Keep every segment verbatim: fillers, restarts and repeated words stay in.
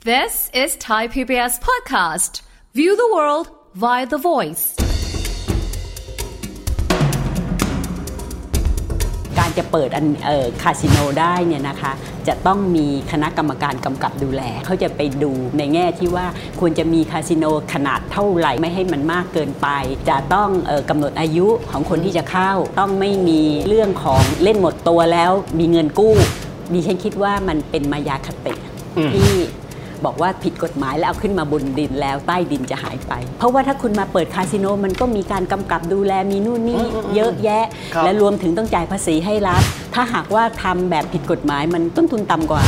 This is Thai พี บี เอส podcast. View the world via the voice. การจะเปิดอันเอ่อคาสิโนได้เนี่ยนะคะจะต้องมีคณะกรรมการกำกับดูแลเขาจะไปดูในแง่ที่ว่าควรจะมีคาสิโนขนาดเท่าไหร่ไม่ให้มันมากเกินไปจะต้องเอ่อกำหนดอายุของคนที่จะเข้าต้องไม่มีเรื่องของเล่นหมดตัวแล้วมีเงินกู้ดิฉันคิดว่ามันเป็นมายาคติที่บอกว่าผิดกฎหมายแล้วเอาขึ้นมาบนดินแล้วใต้ดินจะหายไปเพราะว่าถ้าคุณมาเปิดคาสิโนมันก็มีการกำกับดูแลมีนู่นนี่เยอะแยะและรวมถึงต้องจ่ายภาษีให้รัฐถ้าหากว่าทำแบบผิดกฎหมายมันต้นทุนต่ำกว่า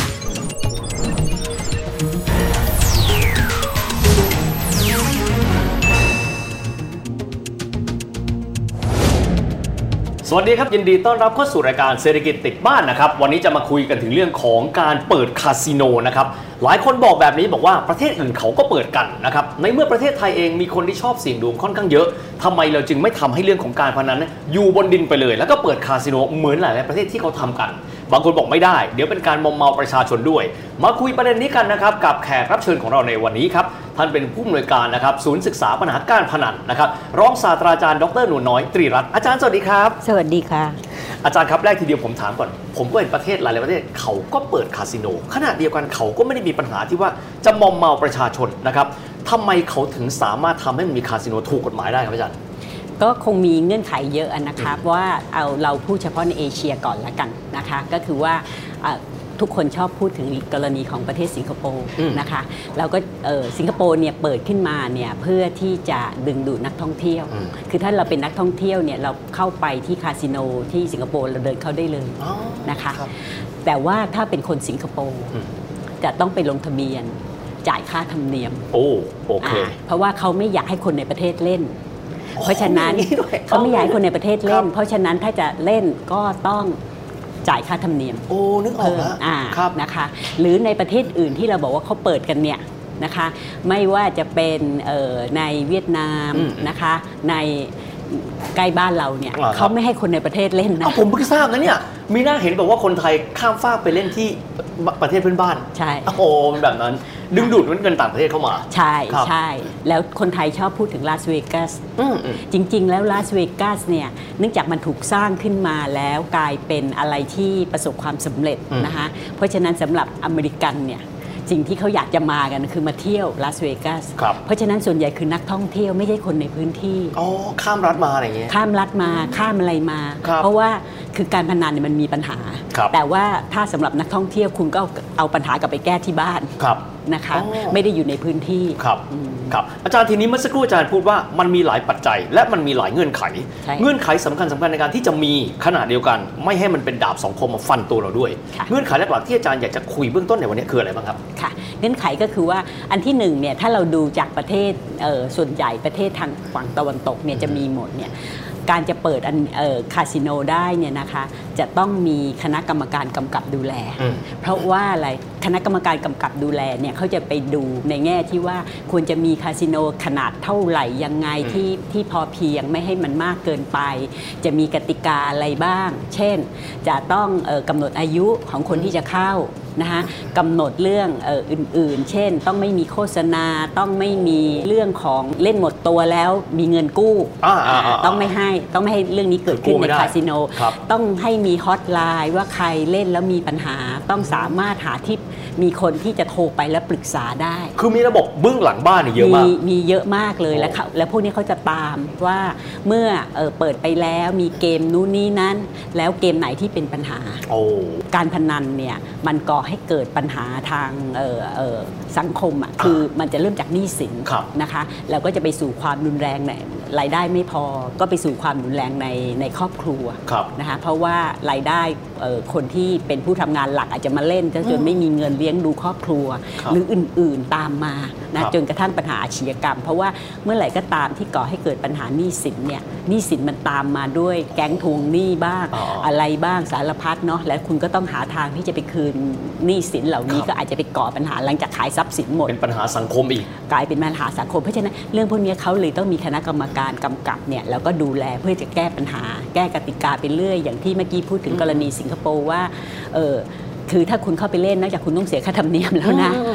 สวัสดีครับยินดีต้อนรับเข้าสู่รายการเศรษฐกิจติดบ้านนะครับวันนี้จะมาคุยกันถึงเรื่องของการเปิดคาสิโนนะครับหลายคนบอกแบบนี้บอกว่าประเทศอื่นเขาก็เปิดกันนะครับในเมื่อประเทศไทยเองมีคนที่ชอบเสี่ยงดวงค่อนข้างเยอะทำไมเราจึงไม่ทำให้เรื่องของการพนันอยู่บนดินไปเลยแล้วก็เปิดคาสิโนเหมือนหลายๆประเทศที่เขาทำกันบางคนบอกไม่ได้เดี๋ยวเป็นการมอมเมาประชาชนด้วยมาคุยประเด็นนี้กันนะครับกับแขกรับเชิญของเราในวันนี้ครับท่านเป็นผู้อำนวยการนะครับศูนย์ศึกษาปัญหาการพนันนะครับรองศาสตราจารย์ดร.หนูน้อยตรีรัตน์อาจารย์สวัสดีครับสวัสดีค่ะอาจารย์ครับแรกทีเดียวผมถามก่อนผมก็เห็นประเทศหลายๆประเทศเขาก็เปิดคาสิโนขณะเดียวกันเขาก็ไม่ได้มีปัญหาที่ว่าจะมอมเมาประชาชนนะครับทำไมเขาถึงสามารถทำให้มันมีคาสิโนถูกกฎหมายได้ครับอาจารย์ก็คงมีเงื่อนไขเยอะนะคะว่าเอาเราพูดเฉพาะในเอเชียก่อนละกันนะคะก็คือว่าทุกคนชอบพูดถึงกรณีของประเทศสิงคโปร์นะคะแล้วก็สิงคโปร์เนี่ยเปิดขึ้นมาเนี่ยเพื่อที่จะดึงดูดนักท่องเที่ยวคือถ้าเราเป็นนักท่องเที่ยวเนี่ยเราเข้าไปที่คาสิโนที่สิงคโปร์เราเดินเข้าได้เลยนะคะแต่ว่าถ้าเป็นคนสิงคโปร์จะต้องไปลงทะเบียนจ่ายค่าธรรมเนียมโอ้โอเคเพราะว่าเขาไม่อยากให้คนในประเทศเล่นเพราะฉะนั้นเขาไม่อยากให้คนในประเทศเล่นเพราะฉะนั้นถ้าจะเล่นก็ต้องจ่ายค่าธรรมเนียมโอ้นึกออกแล้วนะคะหรือในประเทศอื่นที่เราบอกว่าเขาเปิดกันเนี่ยนะคะไม่ว่าจะเป็นในเวียดนามนะคะในใกล้บ้านเราเนี่ยเขาไม่ให้คนในประเทศเล่นนะผมเพิ่งทราบนะเนี่ยมีน่าเห็นบอกว่าคนไทยข้ามฟากไปเล่นที่ประเทศเพื่อนบ้านใช่โอ้เป็นแบบนั้นดึงดูดเงินต่างประเทศเข้ามาใช่ใช่แล้วคนไทยชอบพูดถึงลาสเวกัสจริงๆแล้วลาสเวกัสเนี่ยเนื่องจากมันถูกสร้างขึ้นมาแล้วกลายเป็นอะไรที่ประสบความสำเร็จนะคะเพราะฉะนั้นสำหรับอเมริกันเนี่ยสิ่งที่เขาอยากจะมากันคือมาเที่ยวลาสเวกัสเพราะฉะนั้นส่วนใหญ่คือนักท่องเที่ยวไม่ใช่คนในพื้นที่อ๋อข้ามรัฐมาอะไรอย่างเงี้ยข้ามรัฐมาข้ามอะไรมาเพราะว่าคือการพนันเนี่ยมันมีปัญหาแต่ว่าถ้าสำหรับนักท่องเที่ยวคุณก็เอาปัญหากลับไปแก้ที่บ้านนะคะไม่ได้อยู่ในพื้นที่ครับครับอาจารย์ทีนี้เมื่อสักครู่อาจารย์พูดว่ามันมีหลายปัจจัยและมันมีหลายเงื่อนไขเงื่อนไขสำคัญสำคัญในการที่จะมีขนาดเดียวกันไม่ให้มันเป็นดาบสองคมมาฟันตัวเราด้วยเงื่อนไขหลักๆที่อาจารย์อยากจะคุยเบื้องต้นในวันนี้คืออะไรบ้างครับค่ะเงื่อนไขก็คือว่าอันที่หนึ่งเนี่ยถ้าเราดูจากประเทศส่วนใหญ่ประเทศทางฝั่งตะวันตกเนี่ยจะมีหมดเนี่ยการจะเปิดอันคาสิโนได้เนี่ยนะคะจะต้องมีคณะกรรมการกำกับดูแลเพราะว่าอะไรคณะกรรมการกำกับดูแลเนี่ยเขาจะไปดูในแง่ที่ว่าควรจะมีคาสิโนขนาดเท่าไหร่ยังไงที่ที่พอเพียงไม่ให้มันมากเกินไปจะมีกติกาอะไรบ้างเช่นจะต้องกำหนดอายุของคนที่จะเข้านะคะกำหนดเรื่องเอ่ออื่นๆเช่นต้องไม่มีโฆษณาต้องไม่มีเรื่องของเล่นหมดตัวแล้วมีเงินกู้ต้องไม่ให้ต้องไม่ให้เรื่องนี้เกิดขึ้นในคาสิโนต้องให้มีฮอตไลน์ว่าใครเล่นแล้วมีปัญหาต้องสามารถหาที่มีคนที่จะโทรไปแล้วปรึกษาได้คือมีระบบเบื้องหลังบ้านเยอะมากมีเยอะมากเลยแล้วแล้วพวกนี้เขาจะตามว่าเมื่อเอ่อเปิดไปแล้วมีเกมนู้นนี้นั้นแล้วเกมไหนที่เป็นปัญหาการพนันเนี่ยมันก่อให้เกิดปัญหาทางเอ่อเอ่อสังคมอ่ะคือมันจะเริ่มจากหนี้สินนะคะแล้วก็จะไปสู่ความรุนแรงในรายได้ไม่พอก็ไปสู่ความรุนแรงในในครอบครัวนะคะเพราะว่ารายได้คนที่เป็นผู้ทำงานหลักอาจจะมาเล่นจนไม่มีเงินเลี้ยงดูครอบครัวหรืออื่นๆตามมานะจนกระทั่งปัญหาอาชญากรรมเพราะว่าเมื่อไหร่ก็ตามที่ก่อให้เกิดปัญหาหนี้สินเนี่ยหนี้สินมันตามมาด้วยแก๊งทวงหนี้บ้างอะไรบ้างสารพัดเนาะและคุณก็ต้องหาทางที่จะไปคืนหนี้สินเหล่านี้ก็อาจจะไปก่อปัญหาหลังจากขายทรัพย์สินหมดเป็นปัญหาสังคมอีกกลายเป็นปัญหาสังคมเพราะฉะนั้นเรื่องพวกนี้เขาเลยต้องมีคณะกรรมการกำกับเนี่ยแล้วก็ดูแลเพื่อจะแก้ปัญหาแก้กติกาไปเรื่อยอย่างที่เมื่อกี้พูดถึงกรณีสิงคโปร์ว่าเออคือถ้าคุณเข้าไปเล่นนอกจากคุณต้องเสียค่าธรรมเนียมแล้วนะ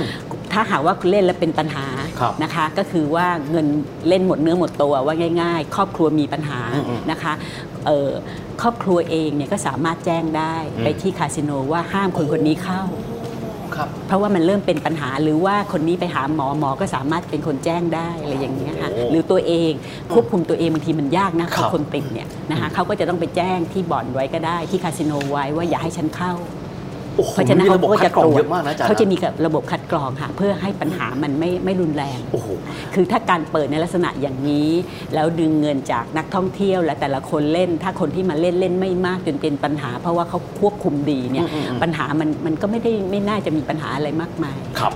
ถ้าหากว่าเล่นแล้วเป็นปัญหานะคะก็คือว่าเงินเล่นหมดเนื้อหมดตัวว่าง่ายๆครอบครัวมีปัญหานะคะครอบครัวเองเนี่ยก็สามารถแจ้งได้ไปที่คาสิโนว่าห้ามคนคนนี้เข้าเพราะว่ามันเริ่มเป็นปัญหาหรือว่าคนนี้ไปหาหมอหมอก็สามารถเป็นคนแจ้งได้อะไรอย่างเงี้ยค่ะหรือตัวเองควบคุมตัวเองบางทีมันยากนะเขาคนติดเนี่ยนะคะเขาก็จะต้องไปแจ้งที่บ่อนไว้ก็ได้ที่คาสิโนไว้ว่าอย่าให้ฉันเข้าเพราะฉะนั้นเขาก็จะตรวจเขาจะมีระบบคัดกรองค่ะเพื่อให้ปัญหามันไม่ไม่รุนแรงคือถ้าการเปิดในลักษณะอย่างนี้แล้วดึงเงินจากนักท่องเที่ยวและแต่ละคนเล่นถ้าคนที่มาเล่นเล่นไม่มากจนเป็นปัญหาเพราะว่าเขาควบคุมดีเนี่ยปัญหามันมันก็ไม่ได้ไม่น่าจะมีปัญหาอะไรมากมายครับ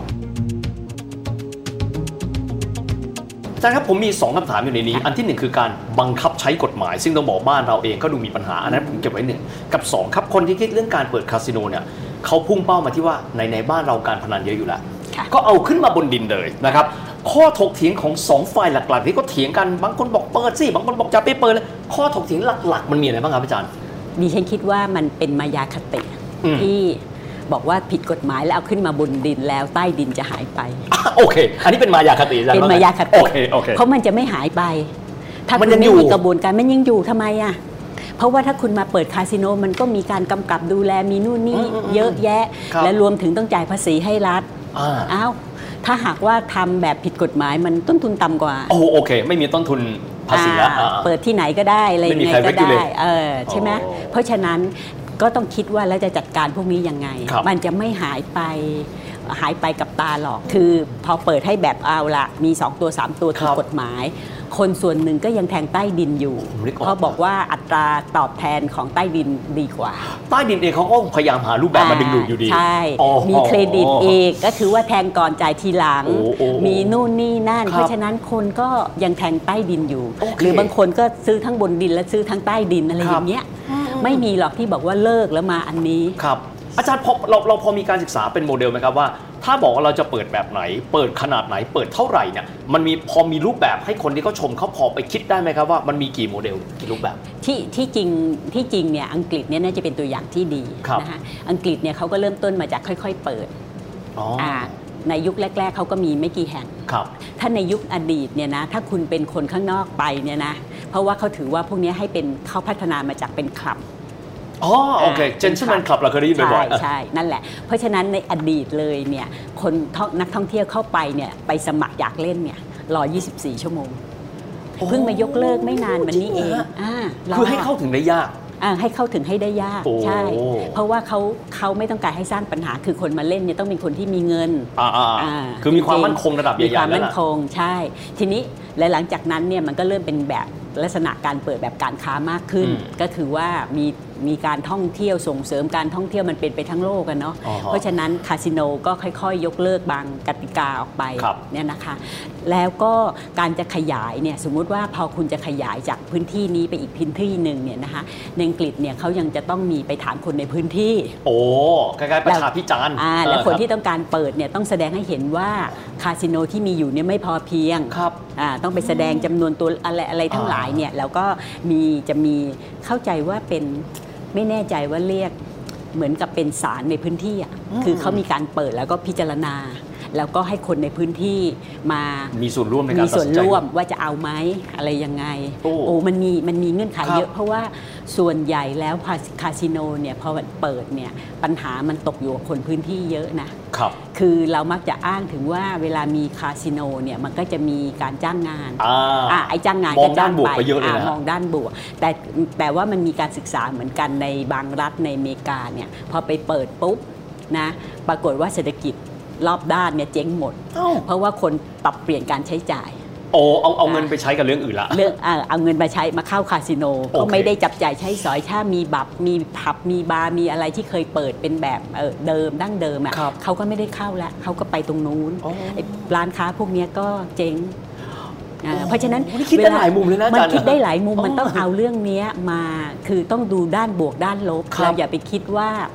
อาจารย์ครับผมมีสองคำถามอยู่ในนี้อันที่หนึ่งคือการบังคับใช้กฎหมายซึ่งต้องบอกบ้านเราเองก็ดูมีปัญหาอันนั้นผมเก็บไว้หนึ่งกับสองครับคนที่คิดเรื่องการเปิดคาสิโนเนี่ยเขาพุ่งเป้ามาที่ว่าในในบ้านเราการพนันเยอะอยู่แล้วก็เอาขึ้นมาบนดินเลยนะครับข้อถกเถียงของสองฝ่ายหลักๆที่ก็เถียงกันบางคนบอกเปิดสิบางคนบอกจะไปเปิดเลยข้อถกเถียงหลักๆมันมีอะไรบ้างครับอาจารย์ดิฉันคิดว่ามันเป็นมายาคติที่บอกว่าผิดกฎหมายแล้วเอาขึ้นมาบนดินแล้วใต้ดินจะหายไปโอเคอันนี้เป็นมายาคติเป็นมายาคติเพราะมันจะไม่หายไปถ้าคุณไม่มีกระบวนการมันยังอยู่ทำไมอ่ะเพราะว่าถ้าคุณมาเปิดคาสิโนมันก็มีการกำกับดูแลมีนู่นนี่เยอะแยะและรวมถึงต้องจ่ายภาษีให้รัฐอ้าวถ้าหากว่าทำแบบผิดกฎหมายมันต้นทุนต่ำกว่าโอ้โอเคไม่มีต้นทุนภาษีเปิดที่ไหนก็ได้อะไรยังไงก็ได้เออใช่ไหมเพราะฉะนั้นก็ต้องคิดว่าแล้วจะจัดการพวกนี้ยังไงมันจะไม่หายไปหายไปกับตาหรอกคือพอเปิดให้แบบเอาละมีสองตัวสามตัวถูกกฎหมายคนส่วนหนึ่งก็ยังแทงใต้ดินอยู่เพราะบอกว่าอัตราตอบแทนของใต้ดินดีกว่าใต้ดินเองเขาก็พยายามหารูปแบบมาดึงดูดอยู่ดีใช่มีเครดิตเองก็คือว่าแทงก่อนจ่ายทีหลังมีนู่นนี่นั่นเพราะฉะนั้นคนก็ยังแทงใต้ดินอยู่หรือบางคนก็ซื้อทั้งบนดินและซื้อทั้งใต้ดินอะไรอย่างเงี้ยไม่มีหรอกที่บอกว่าเลิกแล้วมาอันนี้ครับอาจารย์พอเราเราพอมีการศึกษาเป็นโมเดลไหมครับว่าถ้าบอกว่าเราจะเปิดแบบไหนเปิดขนาดไหนเปิดเท่าไหร่เนี่ยมันมีพอมีรูปแบบให้คนที่เขาชมเขาพอไปคิดได้ไหมครับว่ามันมีกี่โมเดลกี่รูปแบบที่ที่จริงที่จริงเนี่ยอังกฤษเนี่ยน่าจะเป็นตัวอย่างที่ดีนะคะอังกฤษเนี่ยเขาก็เริ่มต้นมาจากค่อยๆเปิดอ่าในยุคแรกๆเขาก็มีไม่กี่แห่งถ้าในยุคอดีตเนี่ยนะถ้าคุณเป็นคนข้างนอกไปเนี่ยนะเพราะว่าเขาถือว่าพวกนี้ให้เป็นเขาพัฒนามาจากเป็นคลับอ๋อโอเคเจนต์แมนคลับเราเคยได้ยินบ่อยๆใช่ใช่นั่นแหละเพราะฉะนั้นในอดีตเลยเนี่ยคนนักท่องเที่ยวเข้าไปเนี่ยไปสมัครอยากเล่นเนี่ยรอยี่สิบสี่ชั่วโมงเพิ่งมายกเลิกไม่นานวันนี้เองอ่าคือให้เข้าถึงได้ยากอ่าให้เข้าถึงให้ได้ยากใช่เพราะว่าเขาเขาไม่ต้องการให้สร้างปัญหาคือคนมาเล่นเนี่ยต้องเป็นคนที่มีเงินอ่าอ่าคือมีความมั่นคงระดับใหญ่ๆมีความมั่นคงใช่ทีนี้และหลังจากนั้นเนี่ยมันก็เริ่มเป็นแบบลักษณะการเปิดแบบการค้ามากขึ้นก็คือว่ามีมีการท่องเที่ยวส่งเสริมการท่องเที่ยวมันเป็นไปทั้งโลกกันเนาะเพราะฉะนั้นคาสิโนก็ค่อยๆยกเลิกบางกติกาออกไปเนี่ยนะคะแล้วก็การจะขยายเนี่ยสมมุติว่าพอคุณจะขยายจากพื้นที่นี้ไปอีกพื้นที่หนึ่งเนี่ยนะคะในอังกฤษเนี่ยเขายังจะต้องมีไปถามคนในพื้นที่โอ้ใกล้ๆประชาพิจารณ์อ่าแล้วคนที่ต้องการเปิดเนี่ยต้องแสดงให้เห็นว่าคาสิโนที่มีอยู่เนี่ยไม่พอเพียงครับอ่าต้องไปแสดงจำนวนตัวอะไรอะไรทั้งหลายเนี่ยแล้วก็มีจะมีเข้าใจว่าเป็นไม่แน่ใจว่าเรียกเหมือนกับเป็นศาลในพื้นที่อ่ะคือเขามีการเปิดแล้วก็พิจารณาแล้วก็ให้คนในพื้นที่มามีส่วนร่วมในการตัดสินใจมีส่วนร่วมว่าจะเอาไหมอะไรยังไงโอ้มันมีมันมีเงื่อนไขเยอะเพราะว่าส่วนใหญ่แล้วคาสิโนเนี่ยพอเปิดเนี่ยปัญหามันตกอยู่กับคนพื้นที่เยอะนะครับคือเรามักจะอ้างถึงว่าเวลามีคาสิโนเนี่ยมันก็จะมีการจ้างงานอ่าไอ้จ้างงานก็จ้างไปมองด้านบวกแต่แต่ว่ามันมีการศึกษาเหมือนกันในบางรัฐในอเมริกาเนี่ยพอไปเปิดปุ๊บนะปรากฏว่าเศรษฐกิจรอบด้านเนี่ยเจ๊งหมดเพราะว่าคนปรับเปลี่ยนการใช้จ่ายโอ้เอาเอาเงินไปใช้กับเรื่องอื่นละเรื่องเอาเงินมาใช้มาเข้าคาสิโนก็ไม่ได้จับจ่ายใช้สอยถ้ามีบับมีผับมีบาร์มีอะไรที่เคยเปิดเป็นแบบเดิมดั้งเดิมอ่ะเขาก็ไม่ได้เข้าแล้วเขาก็ไปตรงนู้นร้านค้าพวกนี้ก็เจ๊งเพราะฉะนั้นคิดได้หลายมุมเลยนะมันคิดได้หลายมุมมันต้องเอาเรื่องนี้มาคือต้องดูด้านบวกด้านลบเราอย่าไปคิดว่า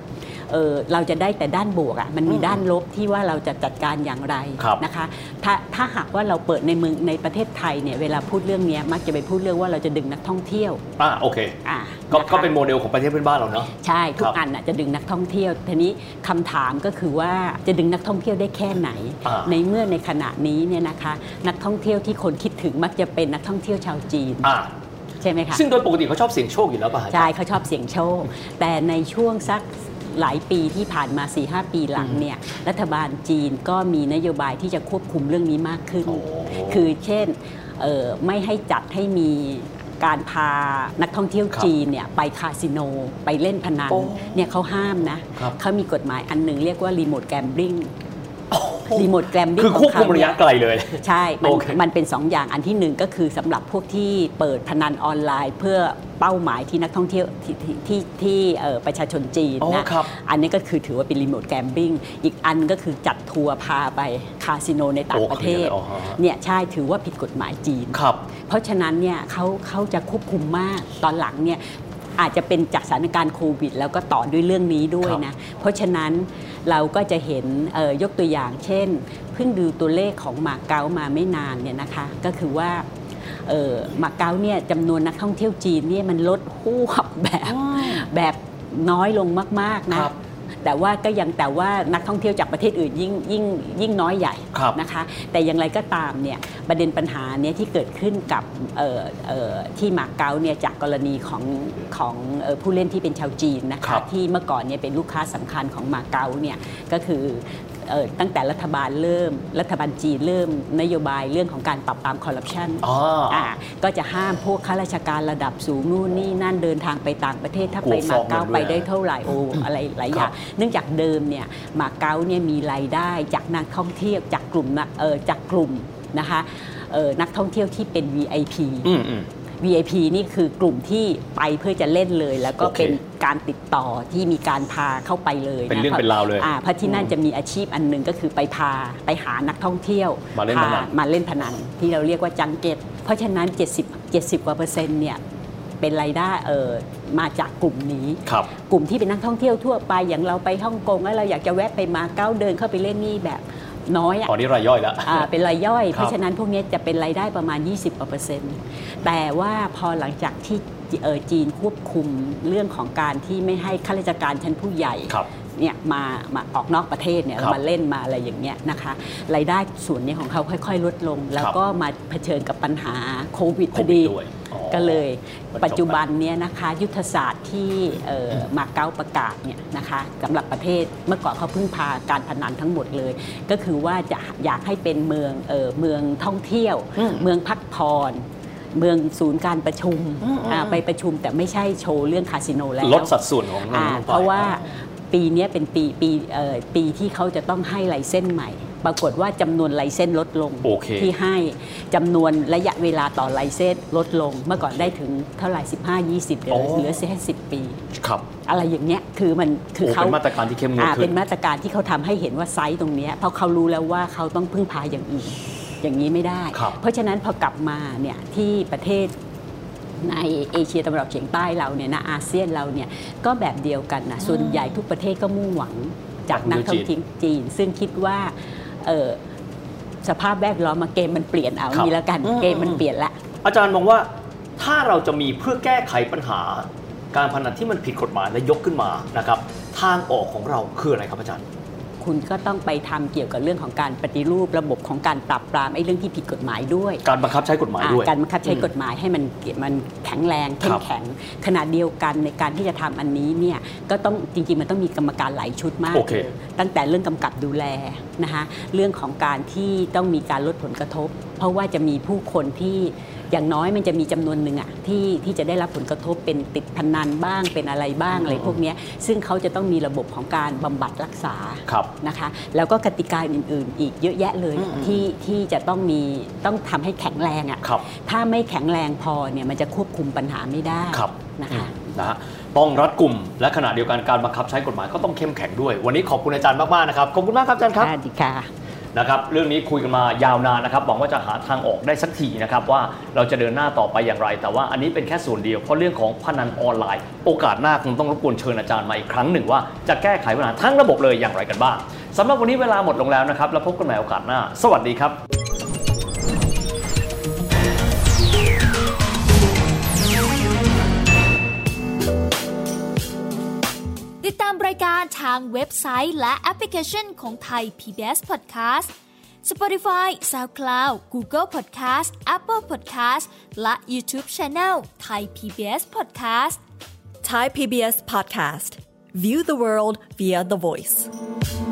เออเราจะได้แต่ด้านบวกอ่ะมันมีด้านลบที่ว่าเราจะจัดการอย่างไรนะคะถ้าถ้าหากว่าเราเปิดในเมืองในประเทศไทยเนี่ยเวลาพูดเรื่องนี้มักจะไปพูดเรื่องว่าเราจะดึงนักท่องเที่ยวอ่าโอเคอ่าก็ก็เป็นโมเดลของประเทศเพื่อนบ้านเราเนาะใช่ทุกอันอ่ะจะดึงนักท่องเที่ยวทีนี้คำถามก็คือว่าจะดึงนักท่องเที่ยวได้แค่ไหนในเมื่อในขณะนี้เนี่ยนะคะนักท่องเที่ยวที่คนคิดถึงมักจะเป็นนักท่องเที่ยวชาวจีนใช่ไหมคะซึ่งโดยปกติเขาชอบเสี่ยงโชคอยู่แล้วป่ะใช่เขาชอบเสี่ยงโชคแต่ในช่วงสักหลายปีที่ผ่านมา สี่ห้า ปีหลังเนี่ยรัฐบาลจีนก็มีนโยบายที่จะควบคุมเรื่องนี้มากขึ้นคือเช่นไม่ให้จัดให้มีการพานักท่องเที่ยวจีนเนี่ยไปคาสิโนไปเล่นพนันเนี่ยเขาห้ามนะเขามีกฎหมายอันหนึ่งเรียกว่ารีโมทแกมบลิงรีโมทแกรมบิ้งคือควบคุมระยะไกลเลยใช่มันมันเป็นสองอย่างอันที่หนึ่งก็คือสำหรับพวกที่เปิดพนันออนไลน์เพื่อเป้าหมายที่นักท่องเที่ยวที่ที่ที่ประชาชนจีนนะอันนี้ก็คือถือว่าเป็นรีโมทแกรมบิ้งอีกอันก็คือจัดทัวร์พาไปคาสิโนในต่างประเทศเนี่ยใช่ถือว่าผิดกฎหมายจีนเพราะฉะนั้นเนี่ยเขาเขาจะควบคุมมากตอนหลังเนี่ยอาจจะเป็นจากสถานการณ์โควิดแล้วก็ต่อด้วยเรื่องนี้ด้วยนะเพราะฉะนั้นเราก็จะเห็นยกตัวอย่างเช่นเพิ่งดูตัวเลขของมาเก๊ามาไม่นานเนี่ยนะคะก็คือว่ามาเก๊าเนี่ยจำนวนนักท่องเที่ยวจีนเนี่ยมันลดหวบแบบแบบน้อยลงมากๆนะแต่ว่าก็ยังแต่ว่านักท่องเที่ยวจากประเทศอื่นยิ่งยิ่งยิ่งน้อยใหญ่นะคะแต่อย่างไรก็ตามเนี่ยประเด็นปัญหาเนี่ยที่เกิดขึ้นกับที่มาเก๊าเนี่ยจากกรณีของของผู้เล่นที่เป็นชาวจีนนะคะที่เมื่อก่อนเนี่ยเป็นลูกค้าสำคัญของมาเก๊าเนี่ยก็คือตั้งแต่รัฐบาลเริ่มรัฐบาลจีนเริ่มนโยบายเรื่องของการปราบปรามคอร์รัปชันก็จะห้ามพวกข้าราชการระดับสูงนู่นนี่นั่นเดินทางไปต่างประเทศถ้าไปมาเก๊าไปได้เท่าไหร่โอ้อะไรหลายอย่างเนื่องจากเดิมเนี่ยมาเก๊าเนี่ยมีรายได้จากนักท่องเที่ยวจากกลุ่มนักเออจากกลุ่มนะคะนักท่องเที่ยวที่เป็น วี ไอ พีวี ไอ พี นี่คือกลุ่มที่ไปเพื่อจะเล่นเลยแล้วก็ okay. เป็นการติดต่อที่มีการพาเข้าไปเลยเป็นเรื่องเป็นราวเลยเพราะที่นั่นจะมีอาชีพอันนึงก็คือไปพาไปหานักท่องเที่ยวมาเล่นพนันมาเล่นพนันที่เราเรียกว่าจังเก็ตเพราะฉะนั้นเจ็ดสิบ เจ็ดสิบกว่าเปอร์เซ็นต์เนี่ยเป็นรายได้เออมาจากกลุ่มนี้กลุ่มที่เป็นนักท่องเที่ยวทั่วไปอย่างเราไปฮ่องกงแล้วเราอยากจะแวะไปมาเก๊าเดินเข้าไปเล่นนี่แบบน้อยอ่ะตอนนี้รายย่อยแล้วอ่าเป็นรายย่อยเพราะฉะนั้นพวกนี้จะเป็นรายได้ประมาณยี่สิบกว่าเปอร์เซ็นต์แต่ว่าพอหลังจากที่จีนควบคุมเรื่องของการที่ไม่ให้ข้าราชการชั้นผู้ใหญ่เนี่ยมามาออกนอกประเทศเนี่ยมาเล่นมาอะไรอย่างเงี้ยนะคะรายได้ส่วนนี้ของเขาค่อยๆลดลงแล้วก็มาเผชิญกับปัญหาโควิดพอดีก็เลยปัจจุบันเนี่ยนะคะยุทธศาสตร์ที่มาเก๊าประกาศเนี่ยนะคะสำหรับประเทศเมื่อก่อนเขาพึ่งพาการพนันทั้งหมดเลยก็คือว่าจะอยากให้เป็นเมืองเอ่อเมืองท่องเที่ยวเมืองพักผ่อนเมืองศูนย์การประชุมไปประชุมแต่ไม่ใช่โชว์เรื่องคาสิโนแล้วลดสัดส่วนของมันเพราะว่าปีนี้เป็นปีปีปีที่เขาจะต้องให้ไลเซนส์ใหม่ปรากฏว่าจำนวนไลเซนส์ลดลง okay. ที่ให้จำนวนระยะเวลาต่อไลเซนส์ลดลงเมื่อก่อนได้ถึงเท่าไหร่สิบห้า ยี่สิบเหลือเหลือแค่สิบปีครับอะไรอย่างเงี้ยคือมันคือเขาเป็นมาตรการที่เข้มงวดขึ้นเป็นมาตรการที่เขาทำให้เห็นว่าไซส์ตรงนี้เพราะเขารู้แล้วว่าเขาต้องพึ่งพาอย่างอื่นอย่างนี้ไม่ได้เพราะฉะนั้นพอกลับมาเนี่ยที่ประเทศในเอเชียตะวันออกเฉียงใต้เราเนี่ยนะอาเซียนเราเนี่ยก็แบบเดียวกันนะส่วนใหญ่ทุกประเทศก็มุ่งหวังจากนักท่องเที่ยวจีนซึ่งคิดว่าสภาพแวดล้อมมาเกมมันเปลี่ยนเอางี้แล้วกันเกมมันเปลี่ยนละอาจารย์มองว่าถ้าเราจะมีเพื่อแก้ไขปัญหาการพนันที่มันผิดกฎหมายและยกขึ้นมานะครับทางออกของเราคืออะไรครับอาจารย์คุณก็ต้องไปทำเกี่ยวกับเรื่องของการปฏิรูประบบของการปราบปรามไอ้เรื่องที่ผิดกฎหมายด้วยการบังคับใช้กฎหมายด้วยการบังคับใช้กฎหมายให้มันมันแข็งแรงเข้มแข็งขณะเดียวกันในการที่จะทำอันนี้เนี่ยก็ต้องจริงๆมันต้องมีกรรมการหลายชุดมาก okay. ตั้งแต่เรื่องกำกับดูแลนะคะเรื่องของการที่ต้องมีการลดผลกระทบเพราะว่าจะมีผู้คนที่อย่างน้อยมันจะมีจำนวนหนึ่งอะที่ที่จะได้รับผลกระทบเป็นติดพนันบ้างเป็นอะไรบ้างอะไรพวกนี้ซึ่งเขาจะต้องมีระบบของการบำบัดรักษานะคะแล้วก็กติกาอื่นๆอีกเยอะแยะเลยที่ที่จะต้องมีต้องทำให้แข็งแรงอะถ้าไม่แข็งแรงพอเนี่ยมันจะควบคุมปัญหาไม่ได้นะคะนะฮะต้องรัดกุมและขณะเดียวกันการบังคับใช้กฎหมายก็ต้องเข้มแข็งด้วยวันนี้ขอบคุณอาจารย์มากๆนะครับขอบคุณมากครับอาจารย์ครับสวัสดีค่ะนะครับเรื่องนี้คุยกันมายาวนานนะครับหวังว่าจะหาทางออกได้สักทีนะครับว่าเราจะเดินหน้าต่อไปอย่างไรแต่ว่าอันนี้เป็นแค่ส่วนเดียวเพราะเรื่องของพนันออนไลน์โอกาสหน้าคงต้องรบกวนเชิญอาจารย์มาอีกครั้งหนึ่งว่าจะแก้ไขปัญหาทั้งระบบเลยอย่างไรกันบ้างสำหรับวันนี้เวลาหมดลงแล้วนะครับแล้วพบกันใหม่โอกาสหน้าสวัสดีครับติดตามรายการทางเว็บไซต์และแอปพลิเคชันของไทย พี บี เอส Podcast Spotify SoundCloud Google Podcast Apple Podcast และ YouTube Channel Thai พี บี เอส Podcast Thai พี บี เอส Podcast. View the world via the voice.